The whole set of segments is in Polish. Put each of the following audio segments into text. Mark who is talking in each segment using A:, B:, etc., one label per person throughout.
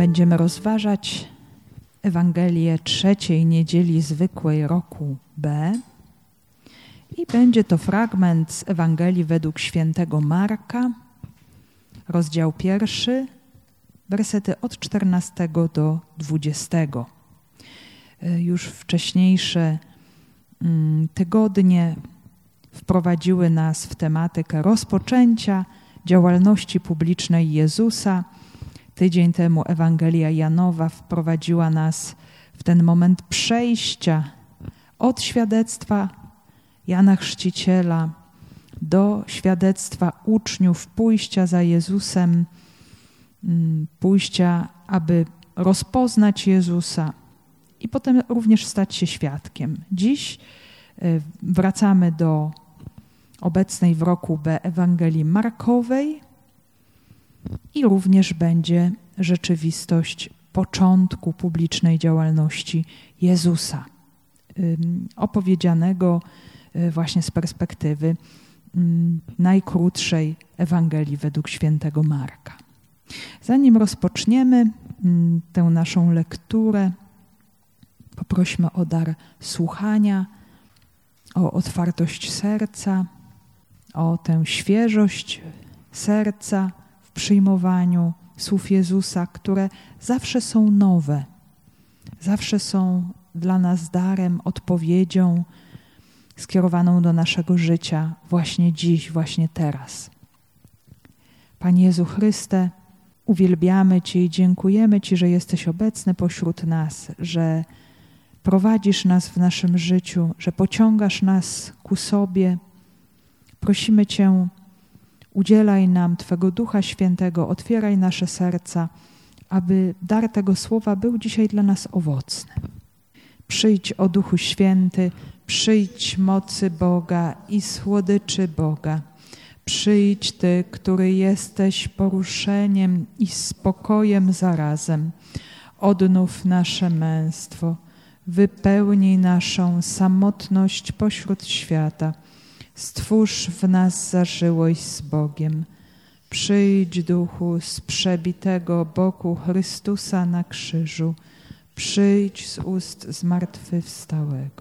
A: Będziemy rozważać Ewangelię trzeciej niedzieli zwykłej roku B i będzie to fragment z Ewangelii według świętego Marka, rozdział 1, wersety od 14 do 20. Już wcześniejsze tygodnie wprowadziły nas w tematykę rozpoczęcia działalności publicznej Jezusa. Tydzień temu Ewangelia Janowa wprowadziła nas w ten moment przejścia od świadectwa Jana Chrzciciela do świadectwa uczniów, pójścia za Jezusem, pójścia, aby rozpoznać Jezusa i potem również stać się świadkiem. Dziś wracamy do obecnej w roku B Ewangelii Markowej i również będzie rzeczywistość początku publicznej działalności Jezusa, opowiedzianego właśnie z perspektywy najkrótszej Ewangelii według świętego Marka. Zanim rozpoczniemy tę naszą lekturę, poprośmy o dar słuchania, o otwartość serca, o tę świeżość serca w przyjmowaniu słów Jezusa, które zawsze są nowe, zawsze są dla nas darem, odpowiedzią skierowaną do naszego życia właśnie dziś, właśnie teraz. Panie Jezu Chryste, uwielbiamy Cię i dziękujemy Ci, że jesteś obecny pośród nas, że prowadzisz nas w naszym życiu, że pociągasz nas ku sobie. Prosimy Cię, udzielaj nam Twego Ducha Świętego, otwieraj nasze serca, aby dar tego słowa był dzisiaj dla nas owocny. Przyjdź, o Duchu Święty, przyjdź mocy Boga i słodyczy Boga. Przyjdź Ty, który jesteś poruszeniem i spokojem zarazem. Odnów nasze męstwo, wypełnij naszą samotność pośród świata. Stwórz w nas zażyłość z Bogiem. Przyjdź, Duchu, z przebitego boku Chrystusa na krzyżu. Przyjdź z ust zmartwychwstałego.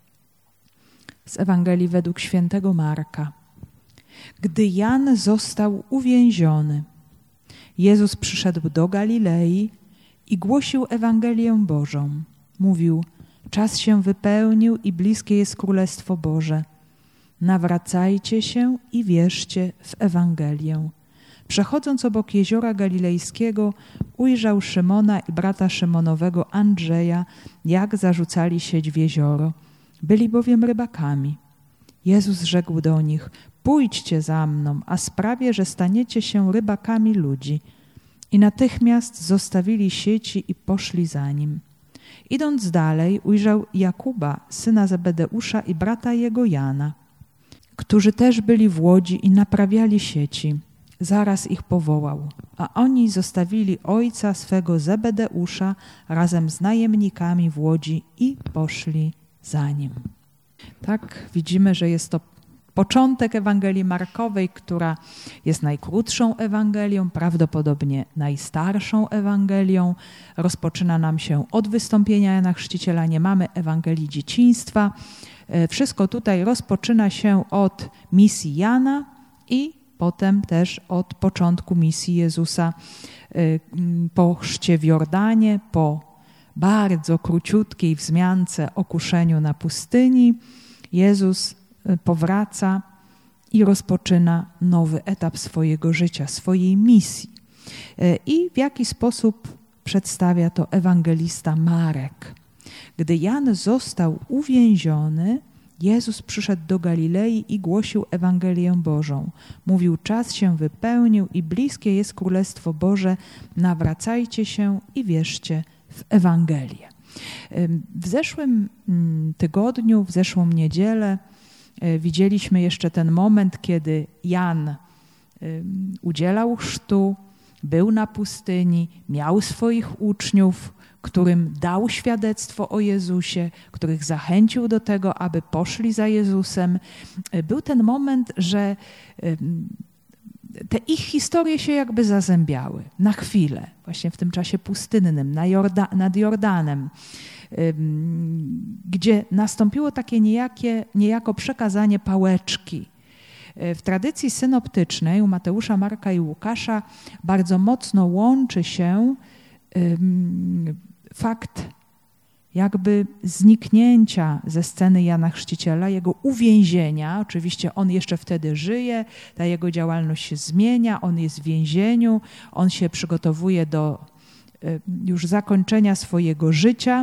A: Z Ewangelii według świętego Marka. Gdy Jan został uwięziony, Jezus przyszedł do Galilei i głosił Ewangelię Bożą. Mówił: czas się wypełnił i bliskie jest Królestwo Boże. Nawracajcie się i wierzcie w Ewangelię. Przechodząc obok jeziora galilejskiego, ujrzał Szymona i brata Szymonowego Andrzeja, jak zarzucali sieć w jezioro. Byli bowiem rybakami. Jezus rzekł do nich: pójdźcie za mną, a sprawię, że staniecie się rybakami ludzi. I natychmiast zostawili sieci i poszli za nim. Idąc dalej, ujrzał Jakuba, syna Zebedeusza i brata jego Jana, którzy też byli w łodzi i naprawiali sieci. Zaraz ich powołał, a oni zostawili ojca swego Zebedeusza razem z najemnikami w łodzi i poszli za nim. Tak, widzimy, że jest to początek Ewangelii Markowej, która jest najkrótszą Ewangelią, prawdopodobnie najstarszą Ewangelią. Rozpoczyna nam się od wystąpienia Jana Chrzciciela, nie mamy Ewangelii dzieciństwa. Wszystko tutaj rozpoczyna się od misji Jana i potem też od początku misji Jezusa po chrzcie w Jordanie, po bardzo króciutkiej wzmiance o kuszeniu na pustyni. Jezus powraca i rozpoczyna nowy etap swojego życia, swojej misji. I w jaki sposób przedstawia to ewangelista Marek. Gdy Jan został uwięziony, Jezus przyszedł do Galilei i głosił Ewangelię Bożą. Mówił: czas się wypełnił i bliskie jest Królestwo Boże. Nawracajcie się i wierzcie w Ewangelię. W zeszłym tygodniu, w zeszłą niedzielę widzieliśmy jeszcze ten moment, kiedy Jan udzielał chrztu, był na pustyni, miał swoich uczniów, którym dał świadectwo o Jezusie, których zachęcił do tego, aby poszli za Jezusem. Był ten moment, że te ich historie się jakby zazębiały na chwilę, właśnie w tym czasie pustynnym, nad Jordanem, gdzie nastąpiło takie niejako przekazanie pałeczki. W tradycji synoptycznej u Mateusza, Marka i Łukasza bardzo mocno łączy się fakt jakby zniknięcia ze sceny Jana Chrzciciela, jego uwięzienia. Oczywiście on jeszcze wtedy żyje, ta jego działalność się zmienia, on jest w więzieniu, on się przygotowuje do już zakończenia swojego życia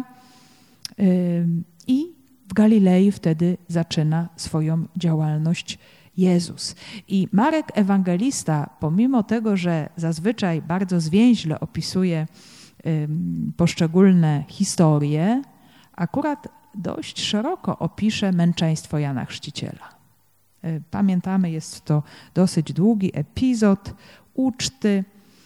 A: i w Galilei wtedy zaczyna swoją działalność Jezus. I Marek Ewangelista, pomimo tego, że zazwyczaj bardzo zwięźle opisuje poszczególne historie, akurat dość szeroko opisze męczeństwo Jana Chrzciciela. Pamiętamy, jest to dosyć długi epizod uczty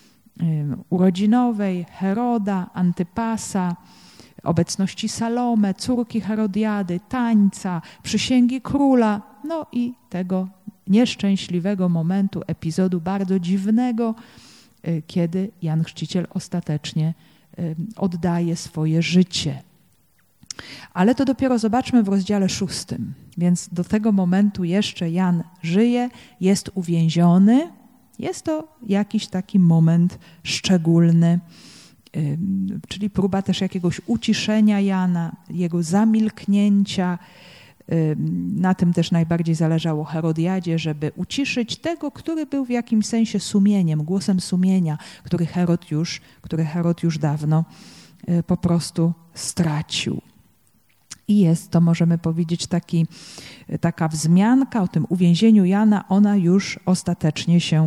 A: urodzinowej Heroda, Antypasa, obecności Salome, córki Herodiady, tańca, przysięgi króla, no i tego nieszczęśliwego momentu, epizodu bardzo dziwnego, kiedy Jan Chrzciciel ostatecznie oddaje swoje życie. Ale to dopiero zobaczmy w rozdziale 6. Więc do tego momentu jeszcze Jan żyje, jest uwięziony. Jest to jakiś taki moment szczególny, czyli próba też jakiegoś uciszenia Jana, jego zamilknięcia. Na tym też najbardziej zależało Herodiadzie, żeby uciszyć tego, który był w jakimś sensie sumieniem, głosem sumienia, który Herod już dawno po prostu stracił. I jest to, możemy powiedzieć, taka wzmianka o tym uwięzieniu Jana, ona już ostatecznie się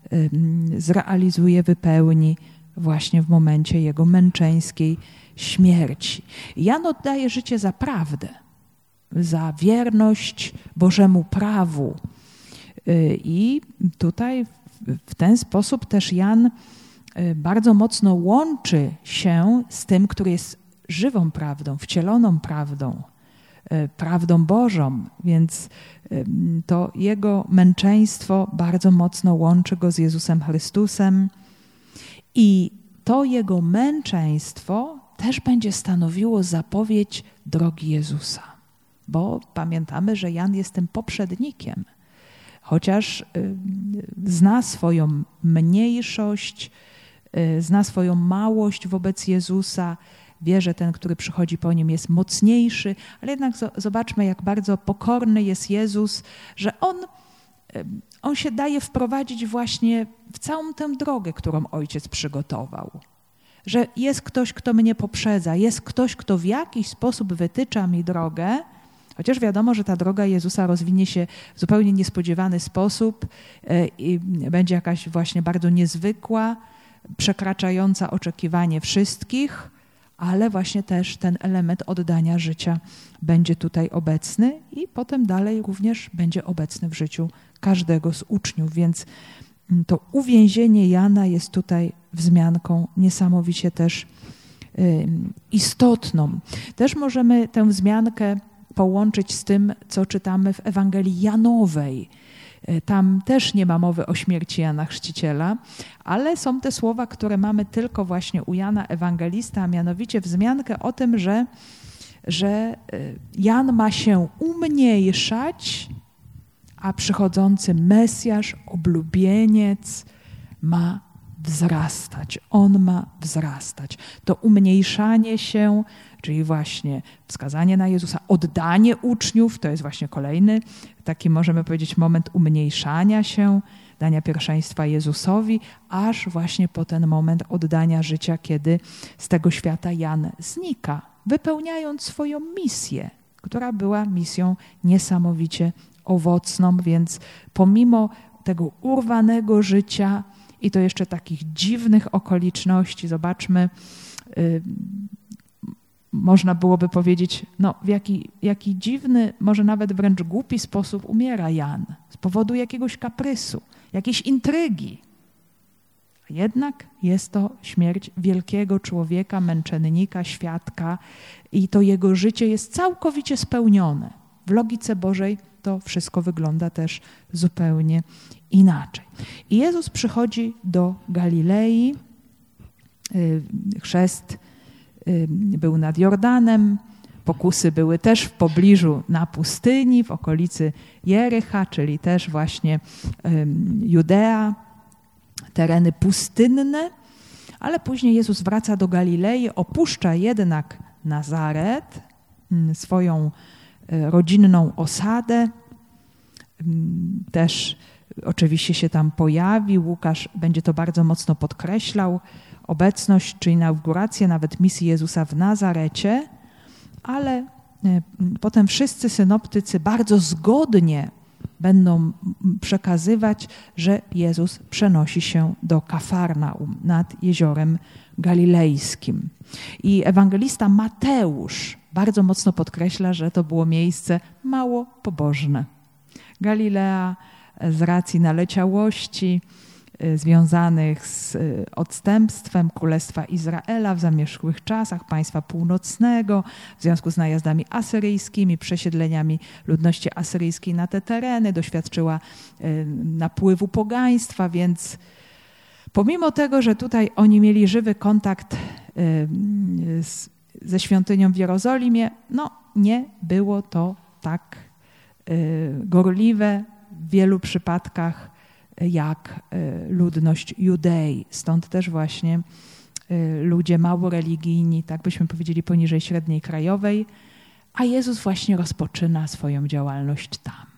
A: zrealizuje, wypełni właśnie w momencie jego męczeńskiej śmierci. Jan oddaje życie za prawdę, za wierność Bożemu prawu. I tutaj w ten sposób też Jan bardzo mocno łączy się z tym, który jest żywą prawdą, wcieloną prawdą, prawdą Bożą, więc to jego męczeństwo bardzo mocno łączy go z Jezusem Chrystusem i to jego męczeństwo też będzie stanowiło zapowiedź drogi Jezusa. Bo pamiętamy, że Jan jest tym poprzednikiem, chociaż zna swoją mniejszość, zna swoją małość wobec Jezusa, wie, że ten, który przychodzi po nim, jest mocniejszy, ale jednak zobaczmy, jak bardzo pokorny jest Jezus, że on się daje wprowadzić właśnie w całą tę drogę, którą Ojciec przygotował. Że jest ktoś, kto mnie poprzedza, jest ktoś, kto w jakiś sposób wytycza mi drogę, chociaż wiadomo, że ta droga Jezusa rozwinie się w zupełnie niespodziewany sposób i będzie jakaś właśnie bardzo niezwykła, przekraczająca oczekiwanie wszystkich, ale właśnie też ten element oddania życia będzie tutaj obecny i potem dalej również będzie obecny w życiu każdego z uczniów. Więc to uwięzienie Jana jest tutaj wzmianką niesamowicie też istotną. Też możemy tę wzmiankę połączyć z tym, co czytamy w Ewangelii Janowej. Tam też nie ma mowy o śmierci Jana Chrzciciela, ale są te słowa, które mamy tylko właśnie u Jana Ewangelista, a mianowicie wzmiankę o tym, że Jan ma się umniejszać, a przychodzący Mesjasz, oblubieniec ma wzrastać. On ma wzrastać. To umniejszanie się, czyli właśnie wskazanie na Jezusa, oddanie uczniów, to jest właśnie kolejny taki, możemy powiedzieć, moment umniejszania się, dania pierwszeństwa Jezusowi, aż właśnie po ten moment oddania życia, kiedy z tego świata Jan znika, wypełniając swoją misję, która była misją niesamowicie owocną, więc pomimo tego urwanego życia i to jeszcze takich dziwnych okoliczności, zobaczmy, można byłoby powiedzieć, no w jaki dziwny, może nawet wręcz głupi sposób umiera Jan. Z powodu jakiegoś kaprysu, jakiejś intrygi. Jednak jest to śmierć wielkiego człowieka, męczennika, świadka i to jego życie jest całkowicie spełnione. W logice Bożej to wszystko wygląda też zupełnie inaczej. I Jezus przychodzi do Galilei. Chrzest był nad Jordanem. Pokusy były też w pobliżu na pustyni, w okolicy Jericha, czyli też właśnie Judea, tereny pustynne, ale później Jezus wraca do Galilei, opuszcza jednak Nazaret, swoją rodzinną osadę. Też oczywiście się tam pojawi. Łukasz będzie to bardzo mocno podkreślał. Obecność czy inaugurację nawet misji Jezusa w Nazarecie, ale potem wszyscy synoptycy bardzo zgodnie będą przekazywać, że Jezus przenosi się do Kafarnaum nad Jeziorem Galilejskim. I ewangelista Mateusz bardzo mocno podkreśla, że to było miejsce mało pobożne. Galilea z racji naleciałości związanych z odstępstwem Królestwa Izraela w zamierzchłych czasach, państwa północnego, w związku z najazdami asyryjskimi, przesiedleniami ludności asyryjskiej na te tereny, doświadczyła napływu pogaństwa, więc pomimo tego, że tutaj oni mieli żywy kontakt ze świątynią w Jerozolimie, nie było to tak gorliwe w wielu przypadkach jak ludność Judei. Stąd też właśnie ludzie mało religijni, tak byśmy powiedzieli poniżej średniej krajowej, a Jezus właśnie rozpoczyna swoją działalność tam.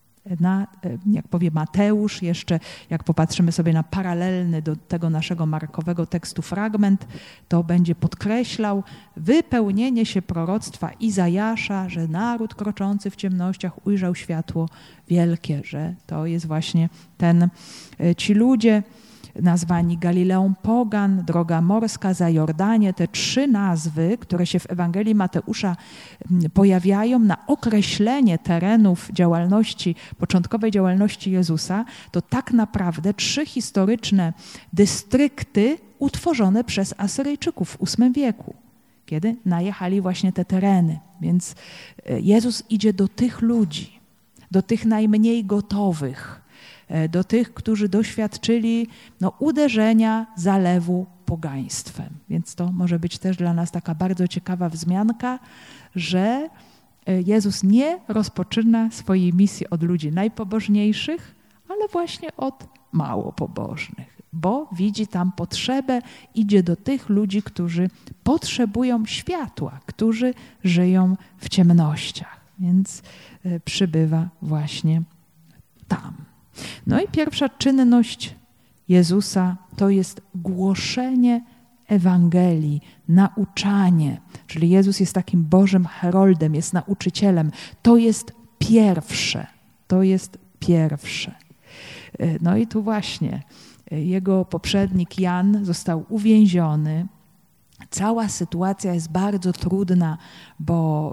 A: Jak powie Mateusz, jeszcze jak popatrzymy sobie na paralelny do tego naszego markowego tekstu fragment, to będzie podkreślał wypełnienie się proroctwa Izajasza, że naród kroczący w ciemnościach ujrzał światło wielkie, że to jest właśnie ci ludzie nazwani Galileą Pogan, droga morska, za Jordanie, te 3 nazwy, które się w Ewangelii Mateusza pojawiają na określenie terenów działalności, początkowej działalności Jezusa, to tak naprawdę 3 historyczne dystrykty utworzone przez Asyryjczyków w VIII wieku, kiedy najechali właśnie te tereny. Więc Jezus idzie do tych ludzi, do tych najmniej gotowych, do tych, którzy doświadczyli uderzenia, zalewu pogaństwem. Więc to może być też dla nas taka bardzo ciekawa wzmianka, że Jezus nie rozpoczyna swojej misji od ludzi najpobożniejszych, ale właśnie od mało pobożnych, bo widzi tam potrzebę, idzie do tych ludzi, którzy potrzebują światła, którzy żyją w ciemnościach. Więc przybywa właśnie tam. No i pierwsza czynność Jezusa to jest głoszenie Ewangelii, nauczanie. Czyli Jezus jest takim Bożym heroldem, jest nauczycielem. To jest pierwsze. To jest pierwsze. No i tu właśnie jego poprzednik Jan został uwięziony. Cała sytuacja jest bardzo trudna, bo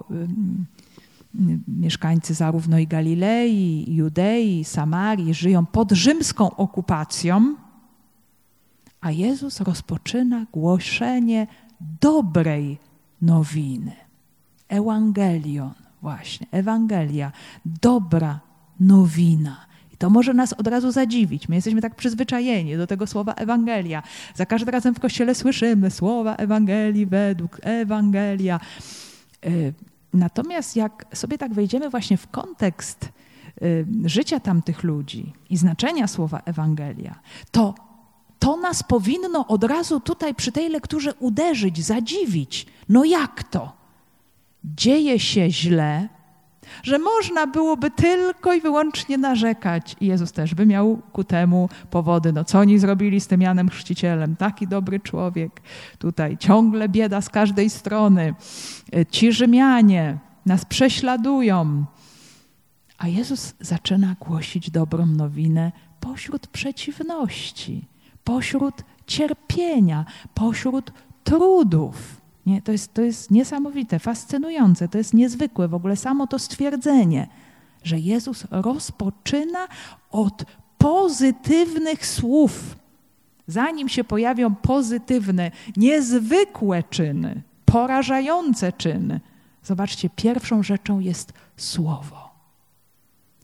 A: mieszkańcy zarówno i Galilei, i Judei, i Samarii żyją pod rzymską okupacją, a Jezus rozpoczyna głoszenie dobrej nowiny. Ewangelion, właśnie, Ewangelia, dobra nowina. I to może nas od razu zadziwić. My jesteśmy tak przyzwyczajeni do tego słowa Ewangelia. Za każdym razem w Kościele słyszymy słowa Ewangelii według Ewangelia. Natomiast jak sobie tak wejdziemy właśnie w kontekst życia tamtych ludzi i znaczenia słowa Ewangelia, to nas powinno od razu tutaj przy tej lekturze uderzyć, zadziwić. No jak to? Dzieje się źle, że można byłoby tylko i wyłącznie narzekać. I Jezus też by miał ku temu powody. No co oni zrobili z tym Janem Chrzcicielem? Taki dobry człowiek. Tutaj ciągle bieda z każdej strony. Ci Rzymianie nas prześladują. A Jezus zaczyna głosić dobrą nowinę pośród przeciwności, pośród cierpienia, pośród trudów. Nie, to jest niesamowite, fascynujące, to jest niezwykłe w ogóle samo to stwierdzenie, że Jezus rozpoczyna od pozytywnych słów. Zanim się pojawią pozytywne, niezwykłe czyny, porażające czyny, zobaczcie, pierwszą rzeczą jest słowo.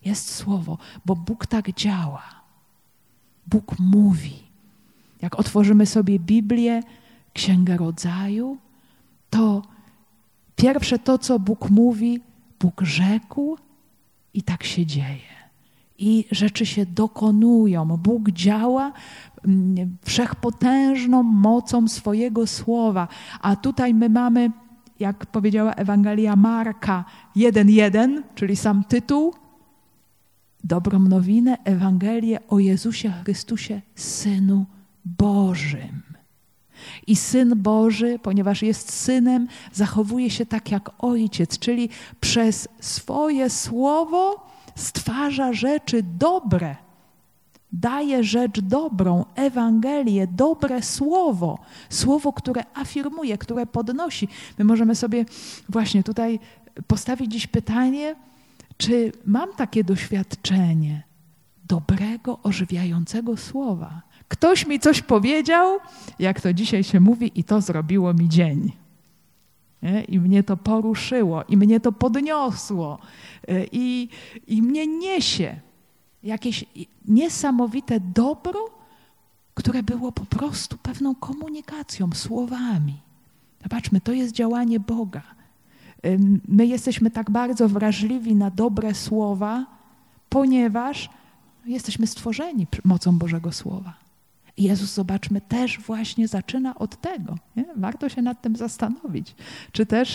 A: Jest słowo, bo Bóg tak działa. Bóg mówi. Jak otworzymy sobie Biblię, Księgę Rodzaju, to pierwsze to, co Bóg mówi, Bóg rzekł i tak się dzieje. I rzeczy się dokonują. Bóg działa wszechpotężną mocą swojego słowa. A tutaj my mamy, jak powiedziała Ewangelia Marka 1:1, czyli sam tytuł, dobrą nowinę, Ewangelię o Jezusie Chrystusie, Synu Bożym. I Syn Boży, ponieważ jest Synem, zachowuje się tak jak Ojciec, czyli przez swoje słowo stwarza rzeczy dobre, daje rzecz dobrą, Ewangelię, dobre słowo, słowo, które afirmuje, które podnosi. My możemy sobie właśnie tutaj postawić dziś pytanie, czy mam takie doświadczenie dobrego, ożywiającego słowa. Ktoś mi coś powiedział, jak to dzisiaj się mówi, i to zrobiło mi dzień. Nie? I mnie to poruszyło, i mnie to podniosło, i mnie niesie jakieś niesamowite dobro, które było po prostu pewną komunikacją, słowami. Zobaczmy, to jest działanie Boga. My jesteśmy tak bardzo wrażliwi na dobre słowa, ponieważ jesteśmy stworzeni mocą Bożego Słowa. I Jezus, zobaczmy, też właśnie zaczyna od tego. Nie? Warto się nad tym zastanowić. Czy też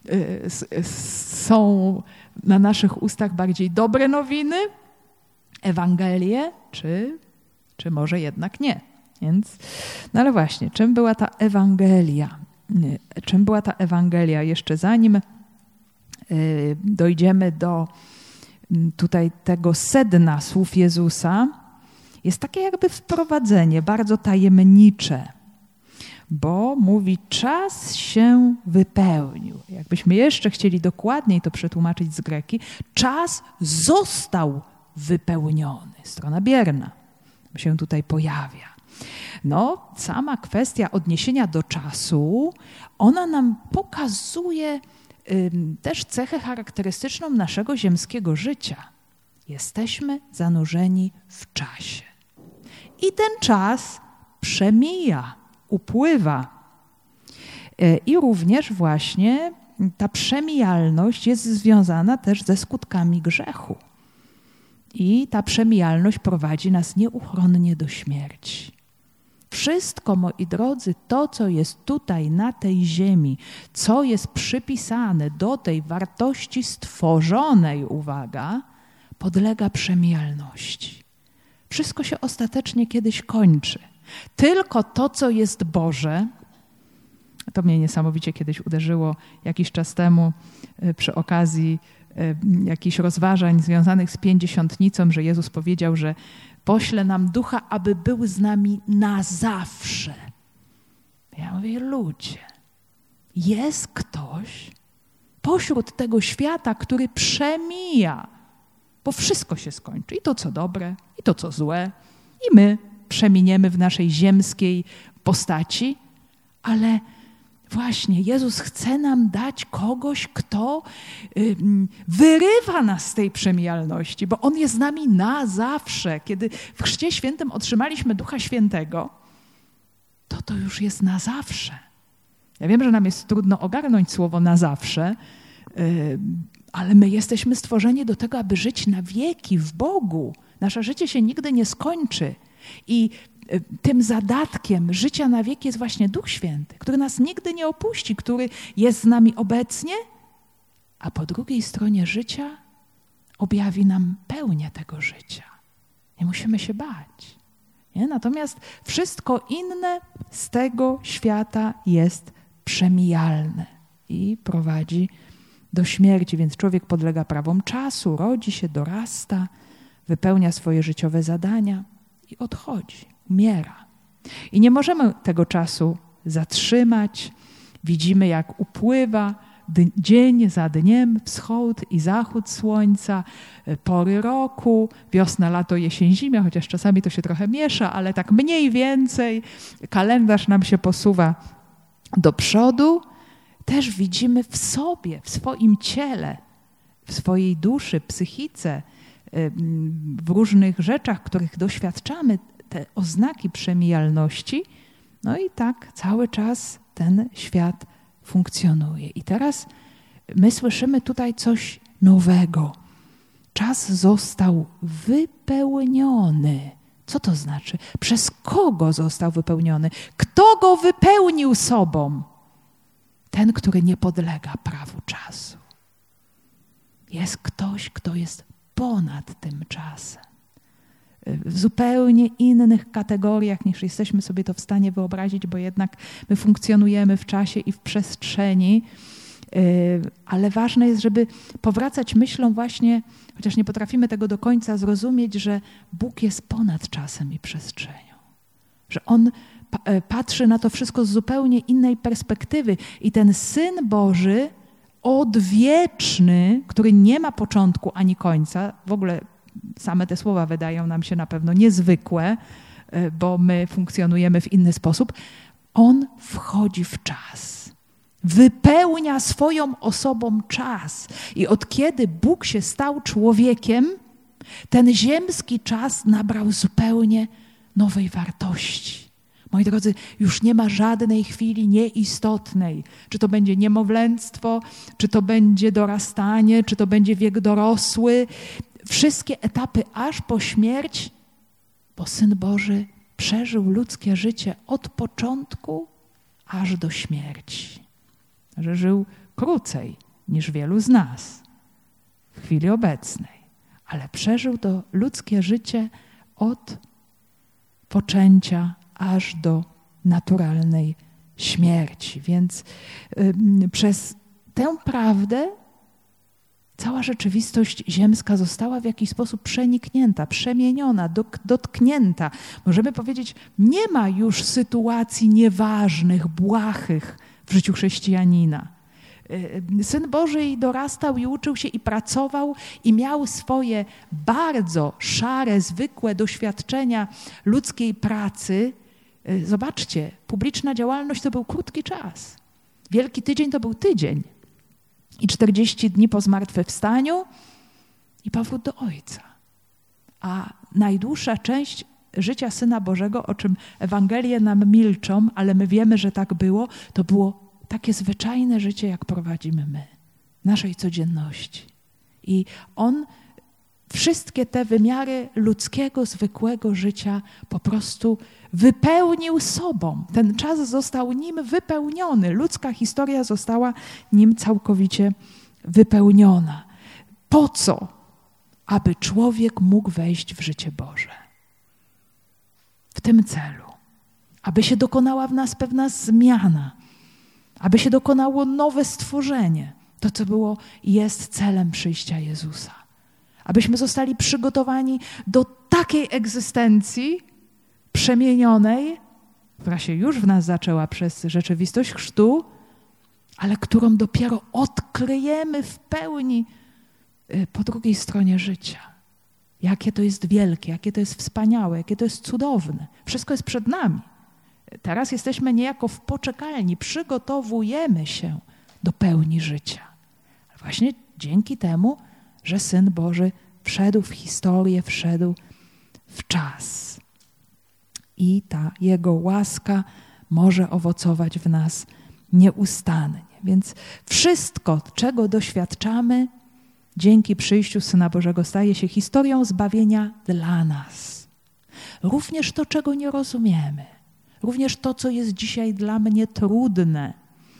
A: są na naszych ustach bardziej dobre nowiny, Ewangelie, czy może jednak nie. Więc, no ale właśnie, czym była ta Ewangelia? Czym była ta Ewangelia? Jeszcze zanim dojdziemy do tutaj tego sedna słów Jezusa, jest takie jakby wprowadzenie, bardzo tajemnicze, bo mówi, czas się wypełnił. Jakbyśmy jeszcze chcieli dokładniej to przetłumaczyć z greki, czas został wypełniony. Strona bierna się tutaj pojawia. No, sama kwestia odniesienia do czasu, ona nam pokazuje też cechę charakterystyczną naszego ziemskiego życia. Jesteśmy zanurzeni w czasie. I ten czas przemija, upływa. I również właśnie ta przemijalność jest związana też ze skutkami grzechu. I ta przemijalność prowadzi nas nieuchronnie do śmierci. Wszystko, moi drodzy, to, co jest tutaj na tej ziemi, co jest przypisane do tej wartości stworzonej, uwaga, podlega przemijalności. Wszystko się ostatecznie kiedyś kończy. Tylko to, co jest Boże, to mnie niesamowicie kiedyś uderzyło jakiś czas temu przy okazji jakichś rozważań związanych z Pięćdziesiątnicą, że Jezus powiedział, że pośle nam Ducha, aby był z nami na zawsze. Ja mówię, ludzie, jest ktoś pośród tego świata, który przemija, bo wszystko się skończy. I to, co dobre, i to, co złe. I my przeminiemy w naszej ziemskiej postaci, ale właśnie Jezus chce nam dać kogoś, kto wyrywa nas z tej przemijalności, bo On jest z nami na zawsze. Kiedy w Chrzcie Świętym otrzymaliśmy Ducha Świętego, to już jest na zawsze. Ja wiem, że nam jest trudno ogarnąć słowo na zawsze, ale my jesteśmy stworzeni do tego, aby żyć na wieki w Bogu. Nasze życie się nigdy nie skończy. I tym zadatkiem życia na wieki jest właśnie Duch Święty, który nas nigdy nie opuści, który jest z nami obecnie, a po drugiej stronie życia objawi nam pełnię tego życia. Nie musimy się bać. Nie? Natomiast wszystko inne z tego świata jest przemijalne i prowadzi do śmierci, więc człowiek podlega prawom czasu, rodzi się, dorasta, wypełnia swoje życiowe zadania i odchodzi. Umiera. I nie możemy tego czasu zatrzymać. Widzimy, jak upływa dzień za dniem, wschód i zachód słońca, pory roku, wiosna, lato, jesień, zima, chociaż czasami to się trochę miesza, ale tak mniej więcej kalendarz nam się posuwa do przodu. Też widzimy w sobie, w swoim ciele, w swojej duszy, psychice, w różnych rzeczach, których doświadczamy, te oznaki przemijalności, no i tak cały czas ten świat funkcjonuje. I teraz my słyszymy tutaj coś nowego. Czas został wypełniony. Co to znaczy? Przez kogo został wypełniony? Kto go wypełnił sobą? Ten, który nie podlega prawu czasu. Jest ktoś, kto jest ponad tym czasem. W zupełnie innych kategoriach, niż jesteśmy sobie to w stanie wyobrazić, bo jednak my funkcjonujemy w czasie i w przestrzeni, ale ważne jest, żeby powracać myślą właśnie, chociaż nie potrafimy tego do końca zrozumieć, że Bóg jest ponad czasem i przestrzenią. Że On patrzy na to wszystko z zupełnie innej perspektywy i ten Syn Boży, odwieczny, który nie ma początku ani końca, w ogóle same te słowa wydają nam się na pewno niezwykłe, bo my funkcjonujemy w inny sposób. On wchodzi w czas. Wypełnia swoją osobą czas. I od kiedy Bóg się stał człowiekiem, ten ziemski czas nabrał zupełnie nowej wartości. Moi drodzy, już nie ma żadnej chwili nieistotnej. Czy to będzie niemowlęctwo, czy to będzie dorastanie, czy to będzie wiek dorosły. Wszystkie etapy aż po śmierć, bo Syn Boży przeżył ludzkie życie od początku aż do śmierci. Że żył krócej niż wielu z nas w chwili obecnej, ale przeżył to ludzkie życie od poczęcia aż do naturalnej śmierci. Więc przez tę prawdę cała rzeczywistość ziemska została w jakiś sposób przeniknięta, przemieniona, dotknięta. Możemy powiedzieć, nie ma już sytuacji nieważnych, błahych w życiu chrześcijanina. Syn Boży i dorastał i uczył się i pracował i miał swoje bardzo szare, zwykłe doświadczenia ludzkiej pracy. Zobaczcie, publiczna działalność to był krótki czas. Wielki Tydzień to był tydzień. I 40 dni po zmartwychwstaniu i powrót do Ojca. A najdłuższa część życia Syna Bożego, o czym Ewangelie nam milczą, ale my wiemy, że tak było, to było takie zwyczajne życie, jak prowadzimy my, naszej codzienności. I On wszystkie te wymiary ludzkiego, zwykłego życia po prostu wypełnił sobą. Ten czas został nim wypełniony. Ludzka historia została nim całkowicie wypełniona. Po co? Aby człowiek mógł wejść w życie Boże. W tym celu. Aby się dokonała w nas pewna zmiana. Aby się dokonało nowe stworzenie. To, co było i jest celem przyjścia Jezusa. Abyśmy zostali przygotowani do takiej egzystencji przemienionej, która się już w nas zaczęła przez rzeczywistość chrztu, ale którą dopiero odkryjemy w pełni po drugiej stronie życia. Jakie to jest wielkie, jakie to jest wspaniałe, jakie to jest cudowne. Wszystko jest przed nami. Teraz jesteśmy niejako w poczekalni, przygotowujemy się do pełni życia. Właśnie dzięki temu, że Syn Boży wszedł w historię, wszedł w czas. I ta Jego łaska może owocować w nas nieustannie. Więc wszystko, czego doświadczamy, dzięki przyjściu Syna Bożego staje się historią zbawienia dla nas. Również to, czego nie rozumiemy. Również to, co jest dzisiaj dla mnie trudne.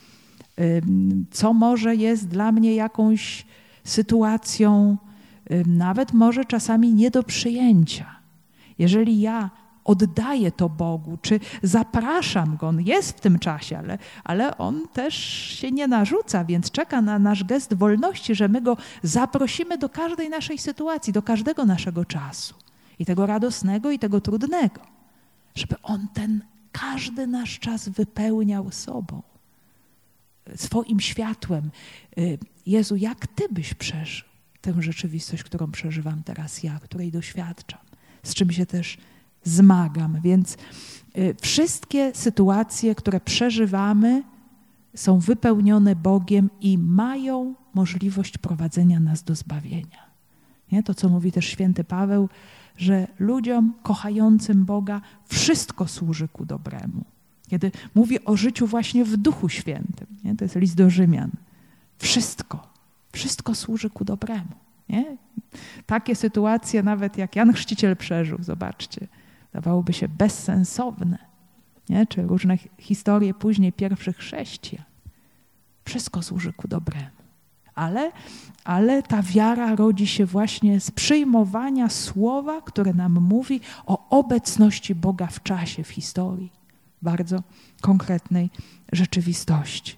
A: Co może jest dla mnie jakąś sytuacją, nawet może czasami nie do przyjęcia. Jeżeli ja oddaję to Bogu, czy zapraszam Go, On jest w tym czasie, ale On też się nie narzuca, więc czeka na nasz gest wolności, że my Go zaprosimy do każdej naszej sytuacji, do każdego naszego czasu. I tego radosnego, i tego trudnego. Żeby On ten każdy nasz czas wypełniał sobą. Swoim światłem. Jezu, jak Ty byś przeżył tę rzeczywistość, którą przeżywam teraz ja, której doświadczam, z czym się też zmagam. Więc wszystkie sytuacje, które przeżywamy, są wypełnione Bogiem i mają możliwość prowadzenia nas do zbawienia. Nie? To, co mówi też święty Paweł, że ludziom kochającym Boga wszystko służy ku dobremu. Kiedy mówi o życiu właśnie w Duchu Świętym, nie? To jest list do Rzymian. Wszystko służy ku dobremu. Nie? Takie sytuacje nawet jak Jan Chrzciciel przeżył, zobaczcie, dawałoby się bezsensowne. Nie? Czy różne historie później pierwszych chrześcijan. Wszystko służy ku dobremu. Ale ta wiara rodzi się właśnie z przyjmowania słowa, które nam mówi o obecności Boga w czasie, w historii, bardzo konkretnej rzeczywistości.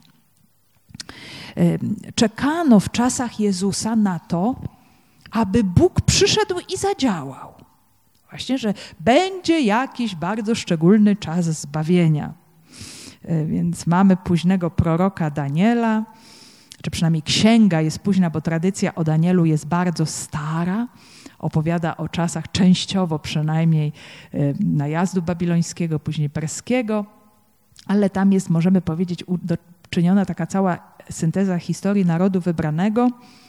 A: Czekano w czasach Jezusa na to, aby Bóg przyszedł i zadziałał. Właśnie, że będzie jakiś bardzo szczególny czas zbawienia. Więc mamy późnego proroka Daniela, czy przynajmniej księga jest późna, bo tradycja o Danielu jest bardzo stara. Opowiada o czasach częściowo przynajmniej najazdu babilońskiego, później perskiego, ale tam jest, możemy powiedzieć, uczyniona taka cała synteza historii narodu wybranego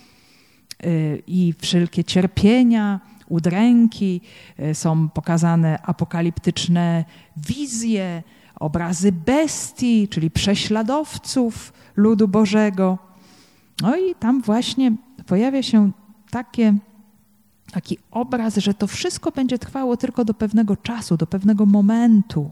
A: i wszelkie cierpienia, udręki, są pokazane apokaliptyczne wizje, obrazy bestii, czyli prześladowców ludu Bożego. No i tam właśnie pojawia się taki obraz, że to wszystko będzie trwało tylko do pewnego czasu, do pewnego momentu,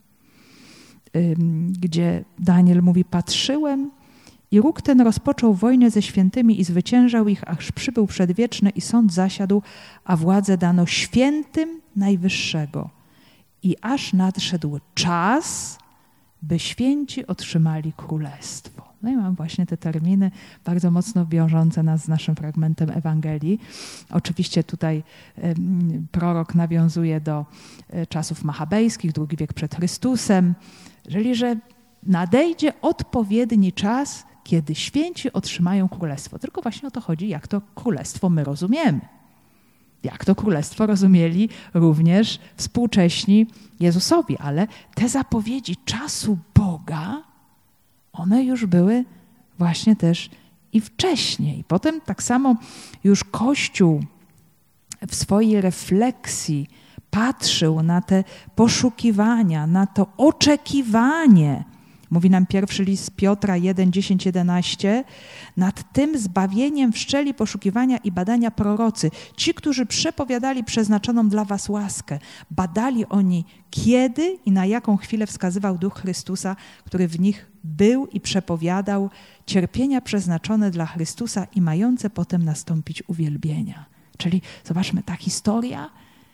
A: gdzie Daniel mówi: patrzyłem i róg ten rozpoczął wojnę ze świętymi i zwyciężał ich, aż przybył przedwieczny i sąd zasiadł, a władzę dano świętym Najwyższego. I aż nadszedł czas, by święci otrzymali królestwo. No i mam właśnie te terminy bardzo mocno wiążące nas z naszym fragmentem Ewangelii. Oczywiście tutaj prorok nawiązuje do czasów machabejskich, II wiek przed Chrystusem, czyli że nadejdzie odpowiedni czas, kiedy święci otrzymają królestwo. Tylko właśnie o to chodzi, jak to królestwo my rozumiemy. Jak to królestwo rozumieli również współcześni Jezusowi, ale te zapowiedzi czasu Boga, one już były właśnie też i wcześniej. Potem tak samo już Kościół w swojej refleksji patrzył na te poszukiwania, na to oczekiwanie. Mówi nam pierwszy list Piotra 1, 10, 11. Nad tym zbawieniem wszczęli poszukiwania i badania prorocy. Ci, którzy przepowiadali przeznaczoną dla was łaskę. Badali oni, kiedy i na jaką chwilę wskazywał Duch Chrystusa, który w nich był i przepowiadał cierpienia przeznaczone dla Chrystusa i mające potem nastąpić uwielbienia. Czyli zobaczmy, ta historia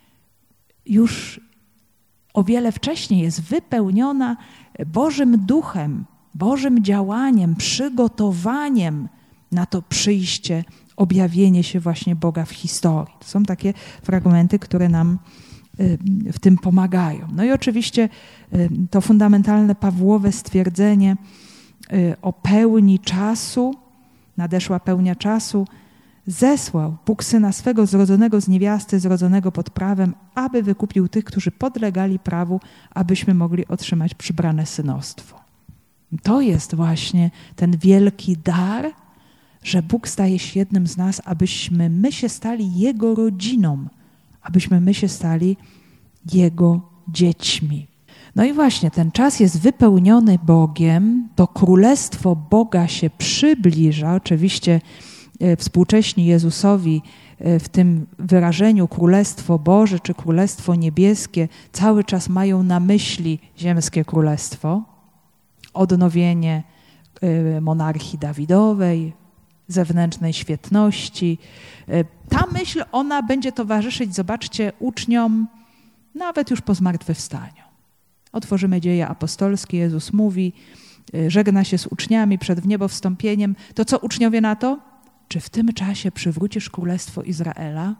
A: już o wiele wcześniej jest wypełniona Bożym Duchem, Bożym działaniem, przygotowaniem na to przyjście, objawienie się właśnie Boga w historii. To są takie fragmenty, które nam w tym pomagają. No i oczywiście to fundamentalne Pawłowe stwierdzenie o pełni czasu, nadeszła pełnia czasu, zesłał Bóg Syna swego zrodzonego z niewiasty, zrodzonego pod prawem, aby wykupił tych, którzy podlegali prawu, abyśmy mogli otrzymać przybrane synostwo. To jest właśnie ten wielki dar, że Bóg staje się jednym z nas, abyśmy my się stali Jego rodziną, abyśmy my się stali Jego dziećmi. No i właśnie ten czas jest wypełniony Bogiem, to królestwo Boga się przybliża. Oczywiście współcześni Jezusowi w tym wyrażeniu Królestwo Boże czy Królestwo Niebieskie cały czas mają na myśli ziemskie królestwo, odnowienie monarchii Dawidowej, zewnętrznej świetności. Ta myśl, ona będzie towarzyszyć, zobaczcie, uczniom nawet już po zmartwychwstaniu. Otworzymy Dzieje apostolskie, Jezus mówi, żegna się z uczniami przed wniebowstąpieniem. To co uczniowie na to? Czy w tym czasie przywrócisz Królestwo Izraela?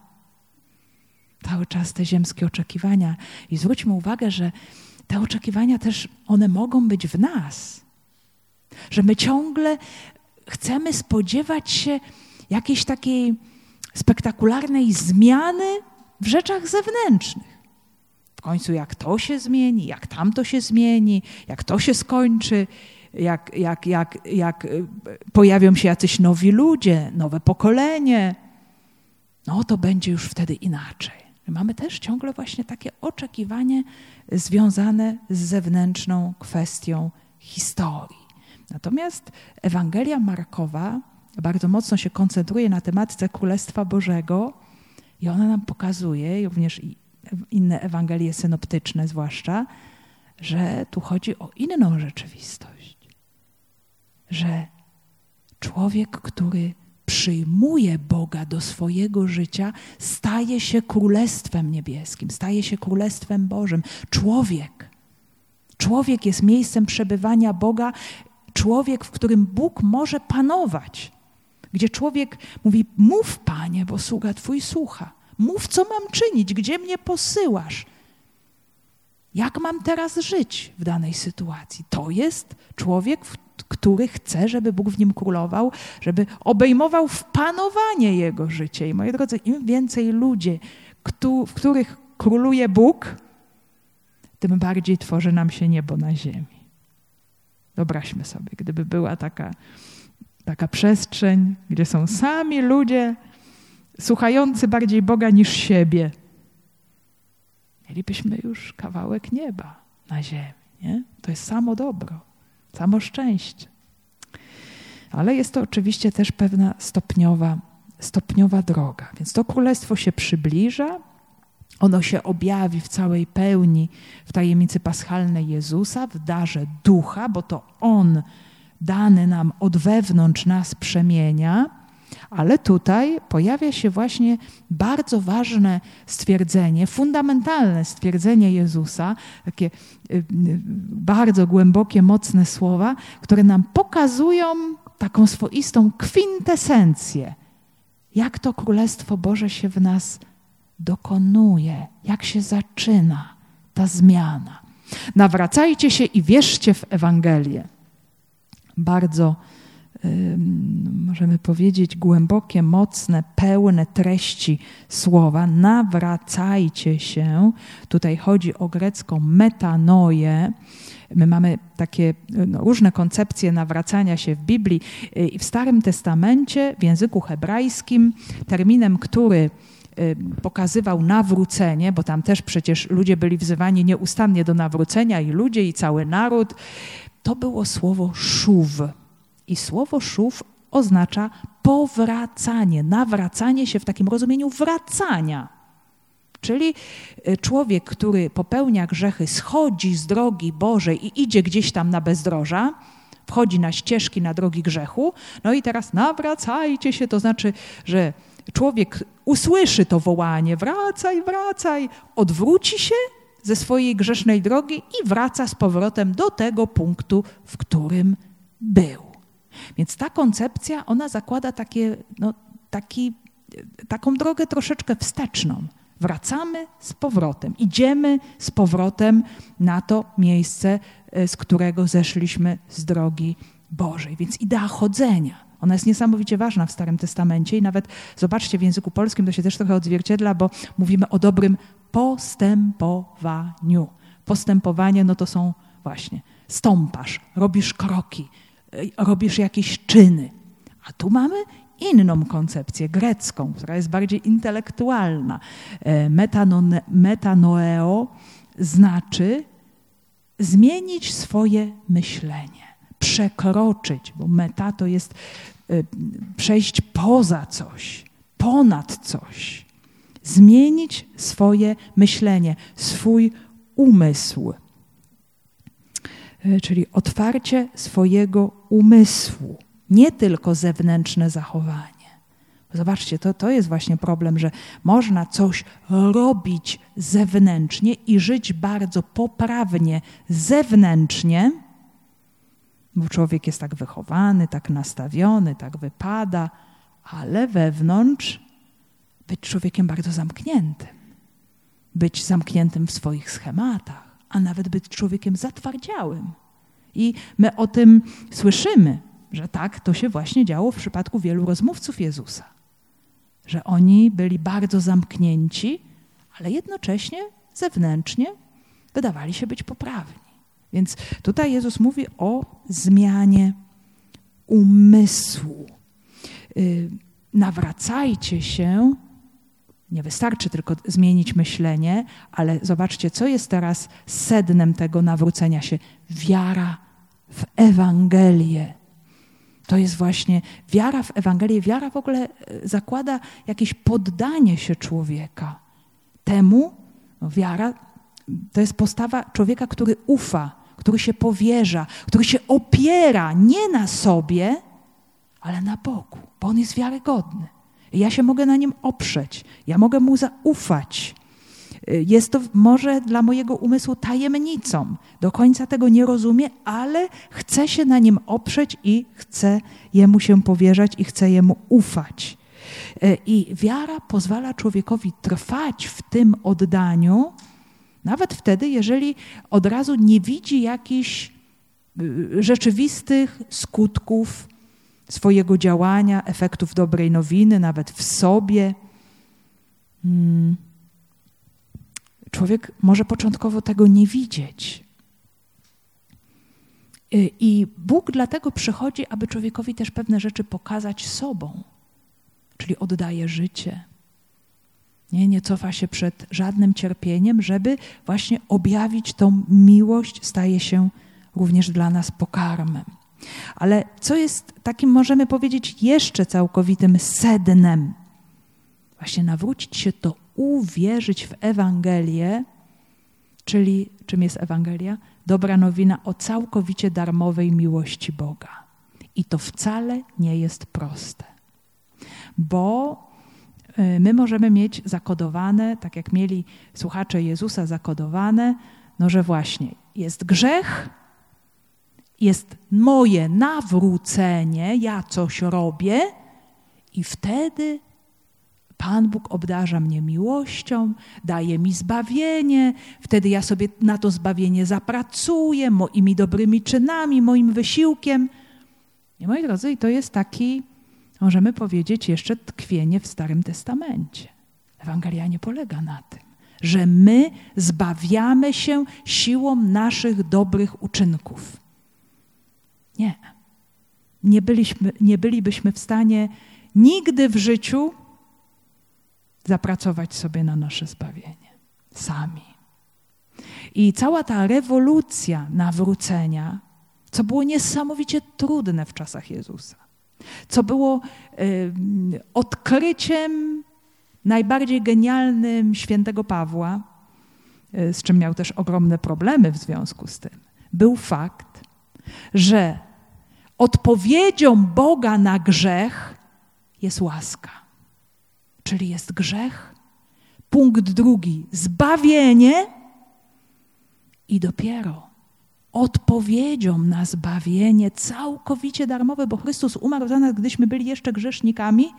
A: Cały czas te ziemskie oczekiwania. I zwróćmy uwagę, że te oczekiwania też, one mogą być w nas. Że my ciągle chcemy spodziewać się jakiejś takiej spektakularnej zmiany w rzeczach zewnętrznych. W końcu jak to się zmieni, jak tamto się zmieni, jak to się skończy, jak pojawią się jacyś nowi ludzie, nowe pokolenie. no to będzie już wtedy inaczej. Mamy też ciągle właśnie takie oczekiwanie związane z zewnętrzną kwestią historii. Natomiast Ewangelia Markowa bardzo mocno się koncentruje na tematyce Królestwa Bożego i ona nam pokazuje, i również inne Ewangelie synoptyczne zwłaszcza, że tu chodzi o inną rzeczywistość. Że człowiek, który przyjmuje Boga do swojego życia, staje się Królestwem Niebieskim, staje się Królestwem Bożym. Człowiek jest miejscem przebywania Boga, człowiek, w którym Bóg może panować. Gdzie człowiek mówi, mów Panie, bo sługa Twój słucha. Mów, co mam czynić, gdzie mnie posyłasz. Jak mam teraz żyć w danej sytuacji? To jest człowiek, który chce, żeby Bóg w nim królował, żeby obejmował w panowanie jego życie. I moi drodzy, im więcej ludzi, w których króluje Bóg, tym bardziej tworzy nam się niebo na ziemi. Wyobraźmy sobie, gdyby była taka przestrzeń, gdzie są sami ludzie słuchający bardziej Boga niż siebie. Mielibyśmy już kawałek nieba na ziemi. Nie? To jest samo dobro, samo szczęście. Ale jest to oczywiście też pewna stopniowa droga. Więc to królestwo się przybliża, ono się objawi w całej pełni w tajemnicy paschalnej Jezusa, w darze Ducha, bo to On dany nam od wewnątrz nas przemienia, ale tutaj pojawia się właśnie bardzo ważne stwierdzenie, fundamentalne stwierdzenie Jezusa, takie bardzo głębokie, mocne słowa, które nam pokazują taką swoistą kwintesencję, jak to Królestwo Boże się w nas dokonuje, jak się zaczyna ta zmiana. Nawracajcie się i wierzcie w Ewangelię. Bardzo, możemy powiedzieć, głębokie, mocne, pełne treści słowa. Nawracajcie się. Tutaj chodzi o grecką metanoję. My mamy takie różne koncepcje nawracania się w Biblii i w Starym Testamencie, w języku hebrajskim, terminem, który pokazywał nawrócenie, bo tam też przecież ludzie byli wzywani nieustannie do nawrócenia, i ludzie, i cały naród, to było słowo szuw. I słowo szuw oznacza powracanie, nawracanie się w takim rozumieniu wracania. Czyli człowiek, który popełnia grzechy, schodzi z drogi Bożej i idzie gdzieś tam na bezdroża, wchodzi na ścieżki, na drogi grzechu, no i teraz nawracajcie się, to znaczy, że człowiek usłyszy to wołanie, wracaj, wracaj, odwróci się ze swojej grzesznej drogi i wraca z powrotem do tego punktu, w którym był. Więc ta koncepcja, ona zakłada taką drogę troszeczkę wsteczną. Wracamy z powrotem, idziemy z powrotem na to miejsce, z którego zeszliśmy z drogi Bożej. Więc idea chodzenia, ona jest niesamowicie ważna w Starym Testamencie i nawet zobaczcie, w języku polskim to się też trochę odzwierciedla, bo mówimy o dobrym postępowaniu. Postępowanie, no to są właśnie stąpasz, robisz kroki, robisz jakieś czyny. A tu mamy inną koncepcję grecką, która jest bardziej intelektualna. Metanoeo znaczy zmienić swoje myślenie, przekroczyć, bo meta to jest przejść poza coś, ponad coś. Zmienić swoje myślenie, swój umysł. Czyli otwarcie swojego umysłu, nie tylko zewnętrzne zachowanie. Zobaczcie, to jest właśnie problem, że można coś robić zewnętrznie i żyć bardzo poprawnie zewnętrznie, bo człowiek jest tak wychowany, tak nastawiony, tak wypada, ale wewnątrz być człowiekiem bardzo zamkniętym. Być zamkniętym w swoich schematach, a nawet być człowiekiem zatwardziałym. I my o tym słyszymy, że tak to się właśnie działo w przypadku wielu rozmówców Jezusa. Że oni byli bardzo zamknięci, ale jednocześnie zewnętrznie wydawali się być poprawni. Więc tutaj Jezus mówi o zmianie umysłu. Nawracajcie się Nie wystarczy tylko zmienić myślenie, ale zobaczcie, co jest teraz sednem tego nawrócenia się. Wiara w Ewangelię. To jest właśnie wiara w Ewangelię. Wiara w ogóle zakłada jakieś poddanie się człowieka temu. Wiara to jest postawa człowieka, który ufa, który się powierza, który się opiera nie na sobie, ale na Bogu, bo On jest wiarygodny. Ja się mogę na Nim oprzeć, ja mogę Mu zaufać. Jest to może dla mojego umysłu tajemnicą. Do końca tego nie rozumiem, ale chcę się na Nim oprzeć i chcę Jemu się powierzać i chcę Jemu ufać. I wiara pozwala człowiekowi trwać w tym oddaniu, nawet wtedy, jeżeli od razu nie widzi jakichś rzeczywistych skutków swojego działania, efektów dobrej nowiny, nawet w sobie. Człowiek może początkowo tego nie widzieć. I Bóg dlatego przychodzi, aby człowiekowi też pewne rzeczy pokazać sobą. Czyli oddaje życie. Nie cofa się przed żadnym cierpieniem, żeby właśnie objawić tą miłość, staje się również dla nas pokarmem. Ale co jest takim, możemy powiedzieć, jeszcze całkowitym sednem? Właśnie nawrócić się to uwierzyć w Ewangelię, czyli czym jest Ewangelia? Dobra nowina o całkowicie darmowej miłości Boga. I to wcale nie jest proste, bo my możemy mieć zakodowane, tak jak mieli słuchacze Jezusa zakodowane, no że właśnie jest grzech, jest moje nawrócenie, ja coś robię i wtedy Pan Bóg obdarza mnie miłością, daje mi zbawienie, wtedy ja sobie na to zbawienie zapracuję moimi dobrymi czynami, moim wysiłkiem. I moi drodzy, to jest taki, możemy powiedzieć, jeszcze tkwienie w Starym Testamencie. Ewangelia nie polega na tym, że my zbawiamy się siłą naszych dobrych uczynków. Nie. Nie bylibyśmy w stanie nigdy w życiu zapracować sobie na nasze zbawienie. Sami. I cała ta rewolucja nawrócenia, co było niesamowicie trudne w czasach Jezusa, co było odkryciem najbardziej genialnym świętego Pawła, z czym miał też ogromne problemy w związku z tym, był fakt, że odpowiedzią Boga na grzech jest łaska. Czyli jest grzech. Punkt drugi, zbawienie i dopiero odpowiedzią na zbawienie całkowicie darmowe, bo Chrystus umarł za nas, gdyśmy byli jeszcze grzesznikami,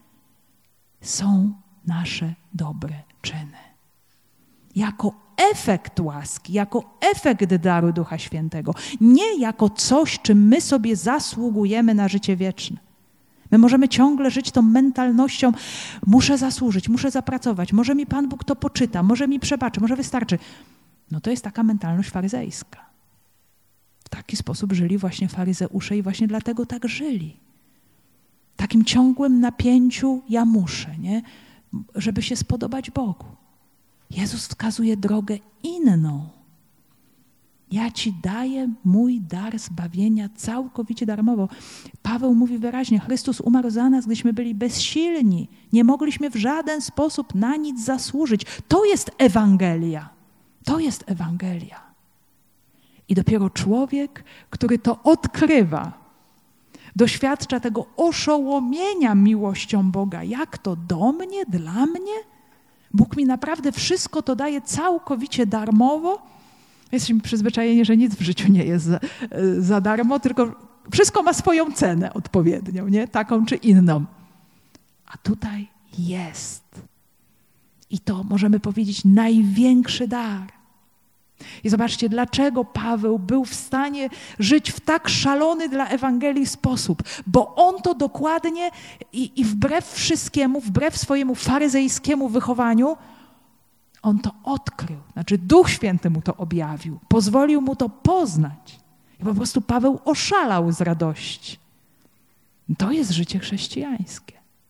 A: są nasze dobre czyny. Jako efekt łaski, jako efekt daru Ducha Świętego, nie jako coś, czym my sobie zasługujemy na życie wieczne. My możemy ciągle żyć tą mentalnością, muszę zasłużyć, muszę zapracować, może mi Pan Bóg to poczyta, może mi przebaczy, może wystarczy. No to jest taka mentalność faryzejska. W taki sposób żyli właśnie faryzeusze i właśnie dlatego tak żyli. W takim ciągłym napięciu ja muszę, nie? Żeby się spodobać Bogu. Jezus wskazuje drogę inną. Ja Ci daję mój dar zbawienia całkowicie darmowo. Paweł mówi wyraźnie, Chrystus umarł za nas, gdyśmy byli bezsilni. Nie mogliśmy w żaden sposób na nic zasłużyć. To jest Ewangelia. To jest Ewangelia. I dopiero człowiek, który to odkrywa, doświadcza tego oszołomienia miłością Boga. Jak to do mnie, dla mnie? Bóg mi naprawdę wszystko to daje całkowicie darmowo. Jesteśmy przyzwyczajeni, że nic w życiu nie jest za darmo, tylko wszystko ma swoją cenę odpowiednią, nie? Taką czy inną. A tutaj jest. I to możemy powiedzieć największy dar. I zobaczcie, dlaczego Paweł był w stanie żyć w tak szalony dla Ewangelii sposób. Bo on to dokładnie i wbrew wszystkiemu, wbrew swojemu faryzejskiemu wychowaniu, on to odkrył. Znaczy Duch Święty mu to objawił. Pozwolił mu to poznać. I po prostu Paweł oszalał z radości. To jest życie chrześcijańskie.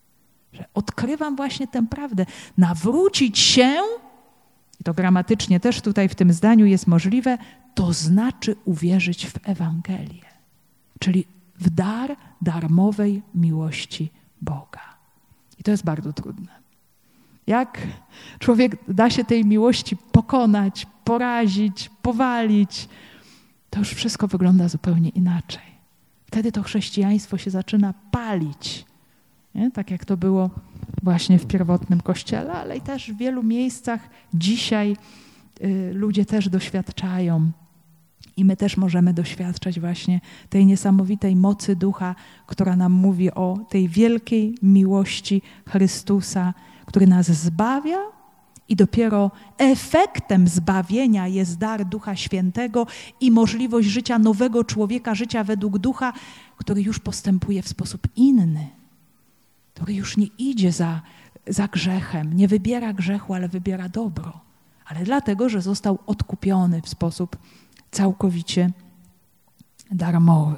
A: Że odkrywam właśnie tę prawdę. Nawrócić się, i to gramatycznie też tutaj w tym zdaniu jest możliwe, to znaczy uwierzyć w Ewangelię. Czyli w dar darmowej miłości Boga. I to jest bardzo trudne. Jak człowiek da się tej miłości pokonać, porazić, powalić, to już wszystko wygląda zupełnie inaczej. Wtedy to chrześcijaństwo się zaczyna palić. Nie? Tak jak to było właśnie w pierwotnym Kościele, ale i też w wielu miejscach dzisiaj ludzie też doświadczają. I my też możemy doświadczać właśnie tej niesamowitej mocy Ducha, która nam mówi o tej wielkiej miłości Chrystusa, który nas zbawia i dopiero efektem zbawienia jest dar Ducha Świętego i możliwość życia nowego człowieka, życia według Ducha, który już postępuje w sposób inny, który już nie idzie za grzechem, nie wybiera grzechu, ale wybiera dobro. Ale dlatego, że został odkupiony w sposób całkowicie darmowy.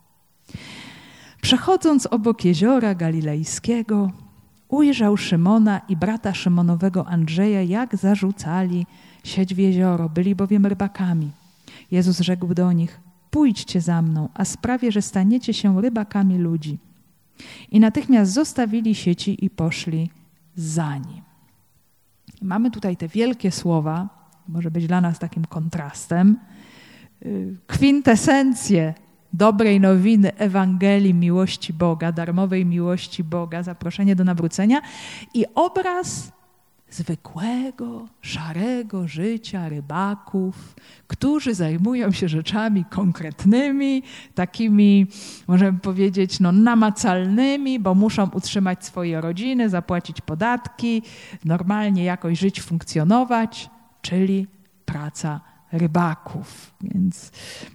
A: Przechodząc obok jeziora galilejskiego, ujrzał Szymona i brata Szymonowego Andrzeja, jak zarzucali sieć w jezioro, byli bowiem rybakami. Jezus rzekł do nich: pójdźcie za mną, a sprawię, że staniecie się rybakami ludzi. I natychmiast zostawili sieci i poszli za nim. Mamy tutaj te wielkie słowa, może być dla nas takim kontrastem, kwintesencję dobrej nowiny Ewangelii miłości Boga, darmowej miłości Boga, zaproszenie do nawrócenia i obraz zwykłego, szarego życia rybaków, którzy zajmują się rzeczami konkretnymi, takimi, możemy powiedzieć, namacalnymi, bo muszą utrzymać swoje rodziny, zapłacić podatki, normalnie jakoś żyć, funkcjonować, czyli praca rybaków. Więc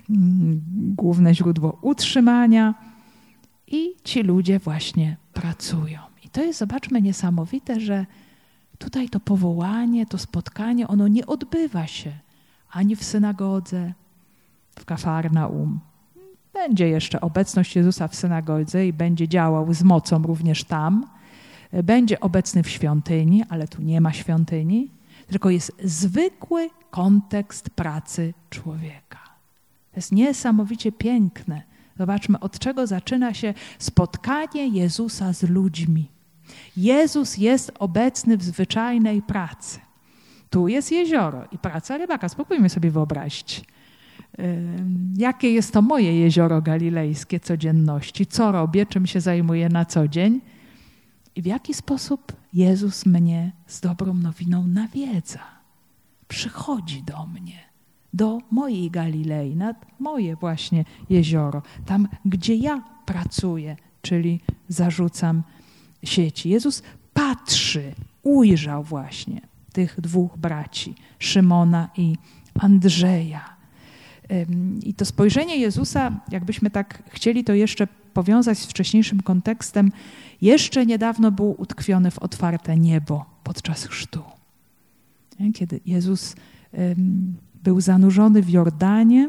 A: główne źródło utrzymania i ci ludzie właśnie pracują. I to jest, zobaczmy, niesamowite, że tutaj to powołanie, to spotkanie, ono nie odbywa się ani w synagodze, w Kafarnaum. Będzie jeszcze obecność Jezusa w synagodze i będzie działał z mocą również tam. Będzie obecny w świątyni, ale tu nie ma świątyni, tylko jest zwykły kontekst pracy człowieka. To jest niesamowicie piękne. Zobaczmy, od czego zaczyna się spotkanie Jezusa z ludźmi. Jezus jest obecny w zwyczajnej pracy. Tu jest jezioro i praca rybaka. Spróbujmy sobie wyobrazić, jakie jest to moje jezioro galilejskie codzienności, co robię, czym się zajmuję na co dzień i w jaki sposób Jezus mnie z dobrą nowiną nawiedza. Przychodzi do mnie, do mojej Galilei, nad moje właśnie jezioro, tam gdzie ja pracuję, czyli zarzucam sieci. Jezus patrzy, ujrzał właśnie tych dwóch braci, Szymona i Andrzeja. I to spojrzenie Jezusa, jakbyśmy tak chcieli to jeszcze powiązać z wcześniejszym kontekstem, jeszcze niedawno było utkwione w otwarte niebo podczas chrztu. Kiedy Jezus był zanurzony w Jordanie,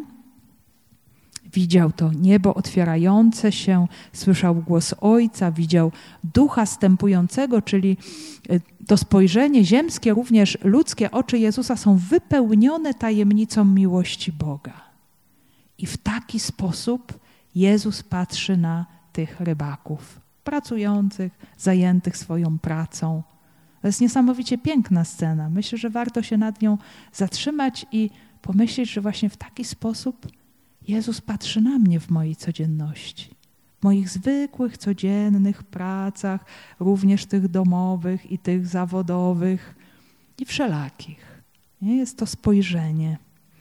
A: widział to niebo otwierające się, słyszał głos Ojca, widział Ducha zstępującego, czyli to spojrzenie ziemskie, również ludzkie oczy Jezusa są wypełnione tajemnicą miłości Boga. I w taki sposób Jezus patrzy na tych rybaków, pracujących, zajętych swoją pracą. To jest niesamowicie piękna scena. Myślę, że warto się nad nią zatrzymać i pomyśleć, że właśnie w taki sposób Jezus patrzy na mnie w mojej codzienności, w moich zwykłych, codziennych pracach, również tych domowych i tych zawodowych i wszelakich. Nie? Jest to spojrzenie.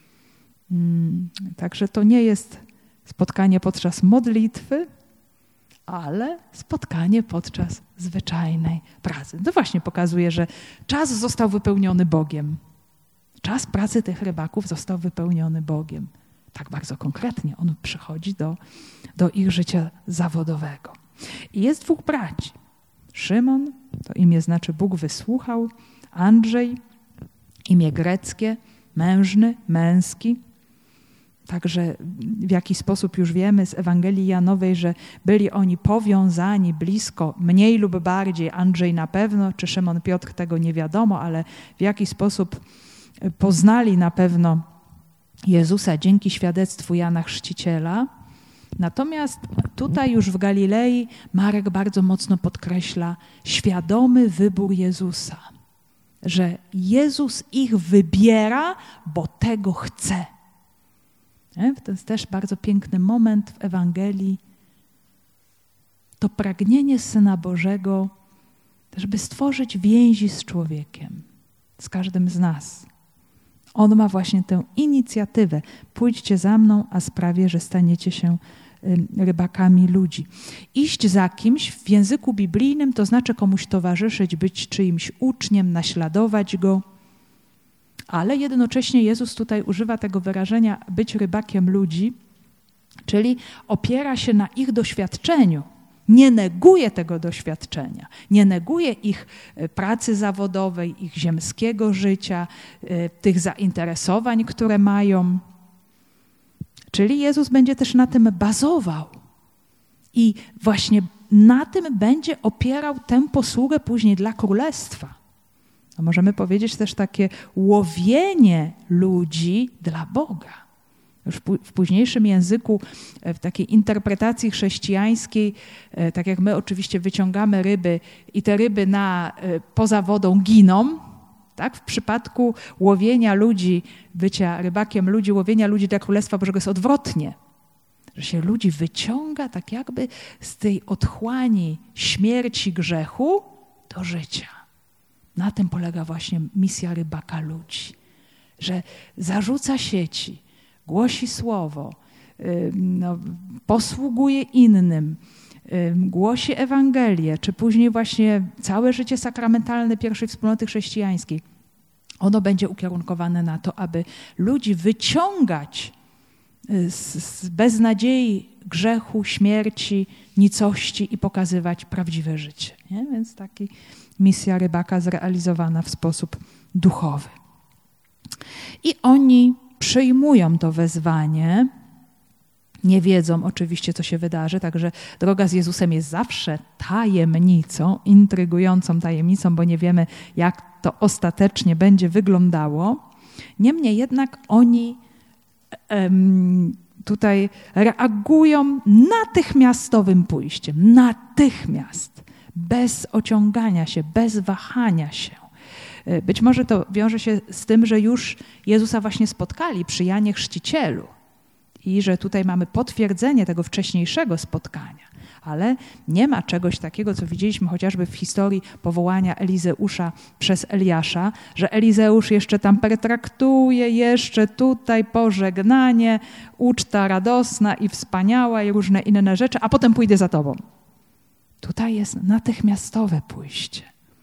A: Także to nie jest spotkanie podczas modlitwy, ale spotkanie podczas zwyczajnej pracy. To właśnie pokazuje, że czas został wypełniony Bogiem. Czas pracy tych rybaków został wypełniony Bogiem. Tak bardzo konkretnie. On przychodzi do ich życia zawodowego. I jest dwóch braci. Szymon, to imię znaczy Bóg wysłuchał. Andrzej, imię greckie, mężny, męski. Także w jaki sposób już wiemy z Ewangelii Janowej, że byli oni powiązani blisko, mniej lub bardziej, Andrzej na pewno, czy Szymon Piotr, tego nie wiadomo, ale w jaki sposób poznali na pewno Jezusa dzięki świadectwu Jana Chrzciciela. Natomiast tutaj już w Galilei Marek bardzo mocno podkreśla świadomy wybór Jezusa, że Jezus ich wybiera, bo tego chce. To jest też bardzo piękny moment w Ewangelii. To pragnienie Syna Bożego, żeby stworzyć więzi z człowiekiem, z każdym z nas. On ma właśnie tę inicjatywę. Pójdźcie za mną, a sprawię, że staniecie się rybakami ludzi. Iść za kimś w języku biblijnym to znaczy komuś towarzyszyć, być czyimś uczniem, naśladować go. Ale jednocześnie Jezus tutaj używa tego wyrażenia być rybakiem ludzi, czyli opiera się na ich doświadczeniu. Nie neguje tego doświadczenia, nie neguje ich pracy zawodowej, ich ziemskiego życia, tych zainteresowań, które mają. Czyli Jezus będzie też na tym bazował i właśnie na tym będzie opierał tę posługę później dla Królestwa. No możemy powiedzieć też takie łowienie ludzi dla Boga. Już w późniejszym języku, w takiej interpretacji chrześcijańskiej, tak jak my oczywiście wyciągamy ryby i te ryby poza wodą giną, tak? W przypadku łowienia ludzi, bycia rybakiem ludzi, łowienia ludzi dla Królestwa Bożego jest odwrotnie. Że się ludzi wyciąga tak jakby z tej otchłani śmierci grzechu do życia. Na tym polega właśnie misja rybaka ludzi. Że zarzuca sieci, głosi słowo, posługuje innym, głosi Ewangelię, czy później właśnie całe życie sakramentalne pierwszej wspólnoty chrześcijańskiej. Ono będzie ukierunkowane na to, aby ludzi wyciągać z beznadziei, grzechu, śmierci, nicości i pokazywać prawdziwe życie. Nie? Więc taka misja rybaka zrealizowana w sposób duchowy. I oni przyjmują to wezwanie, nie wiedzą oczywiście, co się wydarzy, także droga z Jezusem jest zawsze tajemnicą, intrygującą tajemnicą, bo nie wiemy, jak to ostatecznie będzie wyglądało. Niemniej jednak oni tutaj reagują natychmiastowym pójściem, natychmiast, bez ociągania się, bez wahania się. Być może to wiąże się z tym, że już Jezusa właśnie spotkali przy Janie Chrzcicielu i że tutaj mamy potwierdzenie tego wcześniejszego spotkania. Ale nie ma czegoś takiego, co widzieliśmy chociażby w historii powołania Elizeusza przez Eliasza, że Elizeusz jeszcze tam pertraktuje, jeszcze tutaj pożegnanie, uczta radosna i wspaniała i różne inne rzeczy, a potem pójdę za tobą. Tutaj jest natychmiastowe pójście.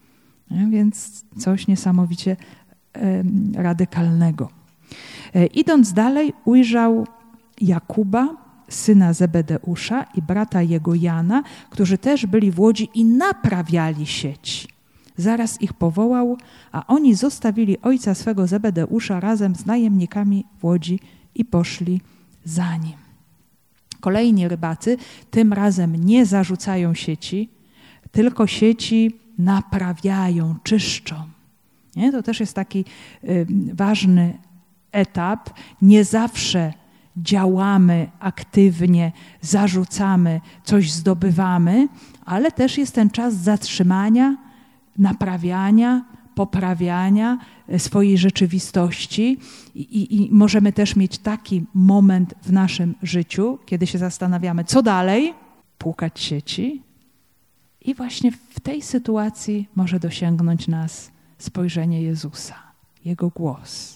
A: Więc coś niesamowicie radykalnego. Idąc dalej, ujrzał Jakuba, syna Zebedeusza i brata jego Jana, którzy też byli w łodzi i naprawiali sieci. Zaraz ich powołał, a oni zostawili ojca swego Zebedeusza razem z najemnikami w łodzi i poszli za nim. Kolejni rybacy tym razem nie zarzucają sieci, tylko sieci naprawiają, czyszczą. Nie? To też jest taki ważny etap. Nie zawsze działamy aktywnie, zarzucamy, coś zdobywamy, ale też jest ten czas zatrzymania, naprawiania, poprawiania swojej rzeczywistości i możemy też mieć taki moment w naszym życiu, kiedy się zastanawiamy, co dalej, płukać sieci i właśnie w tej sytuacji może dosięgnąć nas spojrzenie Jezusa, Jego głos.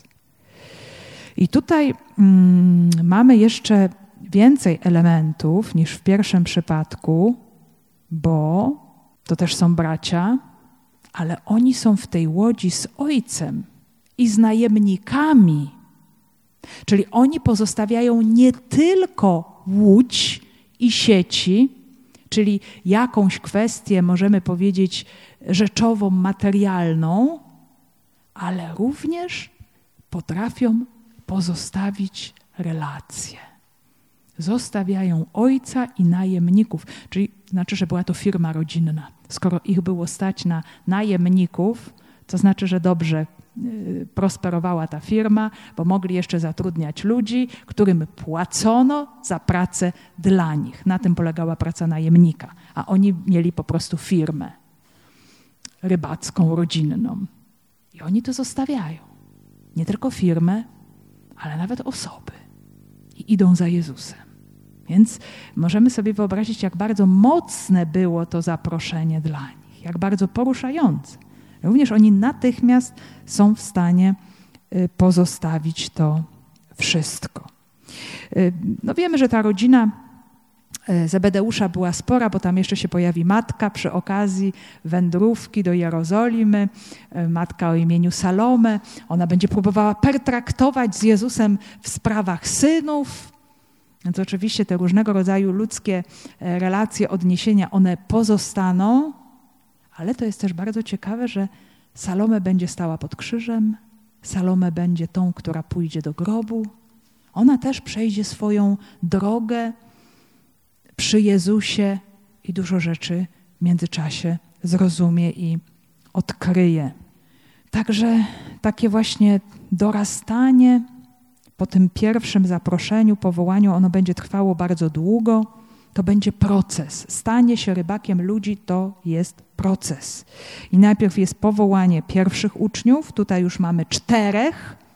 A: I tutaj mamy jeszcze więcej elementów niż w pierwszym przypadku, bo to też są bracia, ale oni są w tej łodzi z ojcem i z najemnikami. Czyli oni pozostawiają nie tylko łódź i sieci, czyli jakąś kwestię, możemy powiedzieć, rzeczową, materialną, ale również potrafią pozostawić relacje. Zostawiają ojca i najemników, czyli znaczy, że była to firma rodzinna. Skoro ich było stać na najemników, to znaczy, że dobrze prosperowała ta firma, bo mogli jeszcze zatrudniać ludzi, którym płacono za pracę dla nich. Na tym polegała praca najemnika, a oni mieli po prostu firmę rybacką, rodzinną. I oni to zostawiają. Nie tylko firmę, ale nawet osoby. I idą za Jezusem. Więc możemy sobie wyobrazić, jak bardzo mocne było to zaproszenie dla nich, jak bardzo poruszające. Również oni natychmiast są w stanie pozostawić to wszystko. No wiemy, że ta rodzina Zebedeusza była spora, bo tam jeszcze się pojawi matka przy okazji wędrówki do Jerozolimy, matka o imieniu Salome. Ona będzie próbowała pertraktować z Jezusem w sprawach synów. Więc oczywiście te różnego rodzaju ludzkie relacje, odniesienia, one pozostaną, ale to jest też bardzo ciekawe, że Salome będzie stała pod krzyżem, Salome będzie tą, która pójdzie do grobu. Ona też przejdzie swoją drogę przy Jezusie i dużo rzeczy w międzyczasie zrozumie i odkryje. Także takie właśnie dorastanie po tym pierwszym zaproszeniu, powołaniu, ono będzie trwało bardzo długo. To będzie proces. Stanie się rybakiem ludzi to jest proces. I najpierw jest powołanie pierwszych uczniów, tutaj już mamy 4.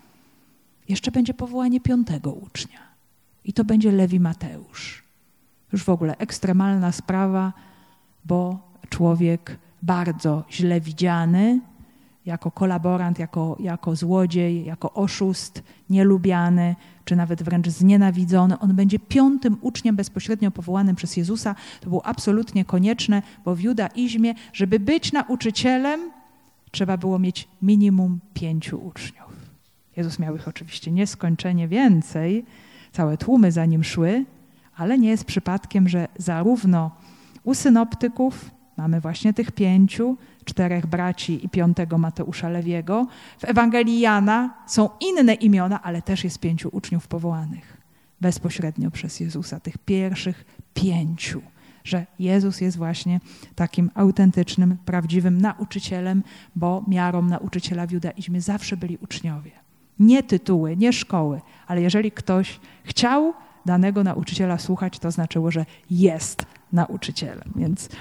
A: Jeszcze będzie powołanie 5. ucznia. I to będzie Lewi Mateusz. Już w ogóle ekstremalna sprawa, bo człowiek bardzo źle widziany, jako kolaborant, jako złodziej, jako oszust, nielubiany, czy nawet wręcz znienawidzony. On będzie 5. uczniem bezpośrednio powołanym przez Jezusa. To było absolutnie konieczne, bo w judaizmie, żeby być nauczycielem, trzeba było mieć minimum 5 uczniów. Jezus miał ich oczywiście nieskończenie więcej, całe tłumy za nim szły, ale nie jest przypadkiem, że zarówno u synoptyków mamy właśnie tych 5, 4 braci i 5 Mateusza Lewiego. W Ewangelii Jana są inne imiona, ale też jest 5 uczniów powołanych bezpośrednio przez Jezusa, tych pierwszych 5, że Jezus jest właśnie takim autentycznym, prawdziwym nauczycielem, bo miarą nauczyciela w judaizmie zawsze byli uczniowie. Nie tytuły, nie szkoły, ale jeżeli ktoś chciał danego nauczyciela słuchać, to znaczyło, że jest nauczycielem.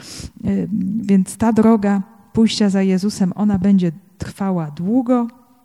A: Więc ta droga pójścia za Jezusem, ona będzie trwała długo.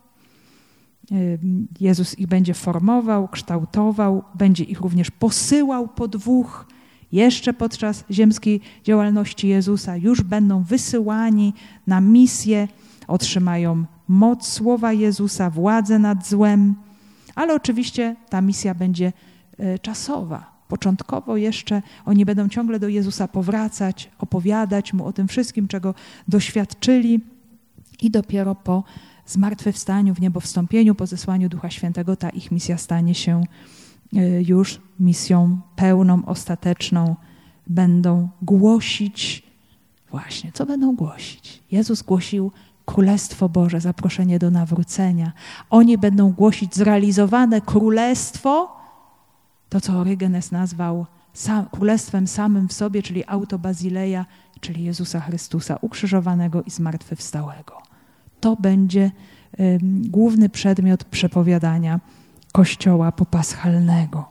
A: Jezus ich będzie formował, kształtował, będzie ich również posyłał po 2. Jeszcze podczas ziemskiej działalności Jezusa już będą wysyłani na misję, otrzymają moc słowa Jezusa, władzę nad złem, ale oczywiście ta misja będzie czasowa. Początkowo jeszcze oni będą ciągle do Jezusa powracać, opowiadać Mu o tym wszystkim, czego doświadczyli i dopiero po zmartwychwstaniu, w niebo wstąpieniu, po zesłaniu Ducha Świętego ta ich misja stanie się już misją pełną, ostateczną. Będą głosić właśnie, co będą głosić? Jezus głosił Królestwo Boże, zaproszenie do nawrócenia. Oni będą głosić zrealizowane królestwo, to, co Orygenes nazwał królestwem samym w sobie, czyli autobazileia, czyli Jezusa Chrystusa, ukrzyżowanego i zmartwychwstałego. To będzie główny przedmiot przepowiadania Kościoła popaschalnego.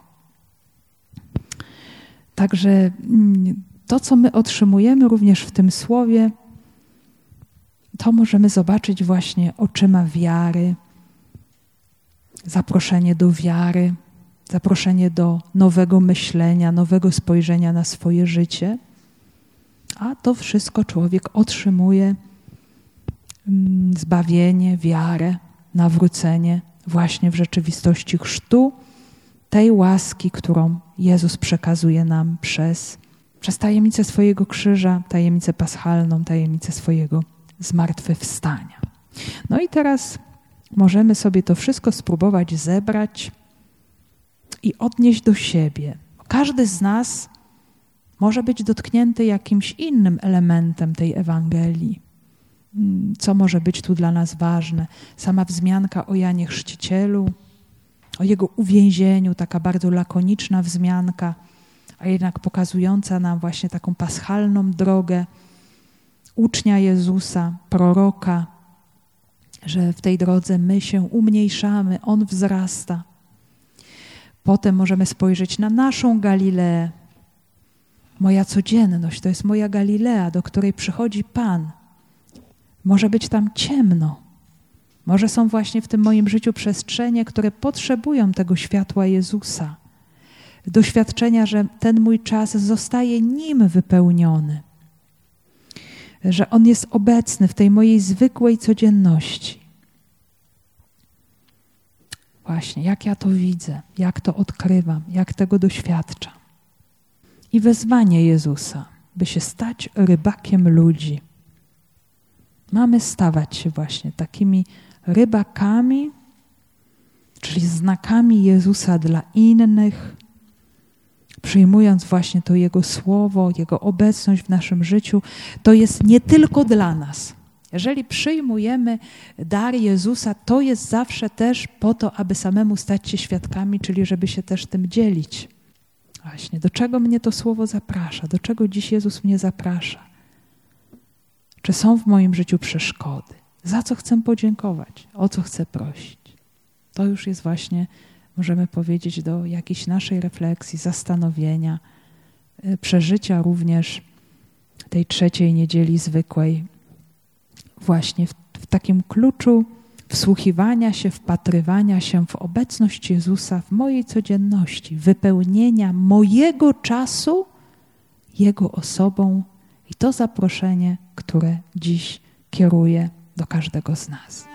A: Także to, co my otrzymujemy również w tym słowie, to możemy zobaczyć właśnie oczyma wiary, zaproszenie do wiary, zaproszenie do nowego myślenia, nowego spojrzenia na swoje życie, a to wszystko człowiek otrzymuje zbawienie, wiarę, nawrócenie właśnie w rzeczywistości chrztu, tej łaski, którą Jezus przekazuje nam przez tajemnicę swojego krzyża, tajemnicę paschalną, tajemnicę swojego zmartwychwstania. No i teraz możemy sobie to wszystko spróbować zebrać i odnieść do siebie. Każdy z nas może być dotknięty jakimś innym elementem tej Ewangelii. Co może być tu dla nas ważne? Sama wzmianka o Janie Chrzcicielu, o Jego uwięzieniu, taka bardzo lakoniczna wzmianka, a jednak pokazująca nam właśnie taką paschalną drogę ucznia Jezusa, proroka, że w tej drodze my się umniejszamy, On wzrasta. Potem możemy spojrzeć na naszą Galileę. Moja codzienność to jest moja Galilea, do której przychodzi Pan. Może być tam ciemno. Może są właśnie w tym moim życiu przestrzenie, które potrzebują tego światła Jezusa. Doświadczenia, że ten mój czas zostaje Nim wypełniony. Że On jest obecny w tej mojej zwykłej codzienności. Właśnie, jak ja to widzę, jak to odkrywam, jak tego doświadczam. I wezwanie Jezusa, by się stać rybakiem ludzi. Mamy stawać się właśnie takimi rybakami, czyli znakami Jezusa dla innych, przyjmując właśnie to Jego słowo, Jego obecność w naszym życiu. To jest nie tylko dla nas. Jeżeli przyjmujemy dar Jezusa, to jest zawsze też po to, aby samemu stać się świadkami, czyli żeby się też tym dzielić. Właśnie, do czego mnie to słowo zaprasza? Do czego dziś Jezus mnie zaprasza? Czy są w moim życiu przeszkody? Za co chcę podziękować? O co chcę prosić? To już jest właśnie, możemy powiedzieć, do jakiejś naszej refleksji, zastanowienia, przeżycia również tej trzeciej niedzieli zwykłej. Właśnie w takim kluczu wsłuchiwania się, wpatrywania się w obecność Jezusa w mojej codzienności, wypełnienia mojego czasu Jego osobą i to zaproszenie, które dziś kieruję do każdego z nas.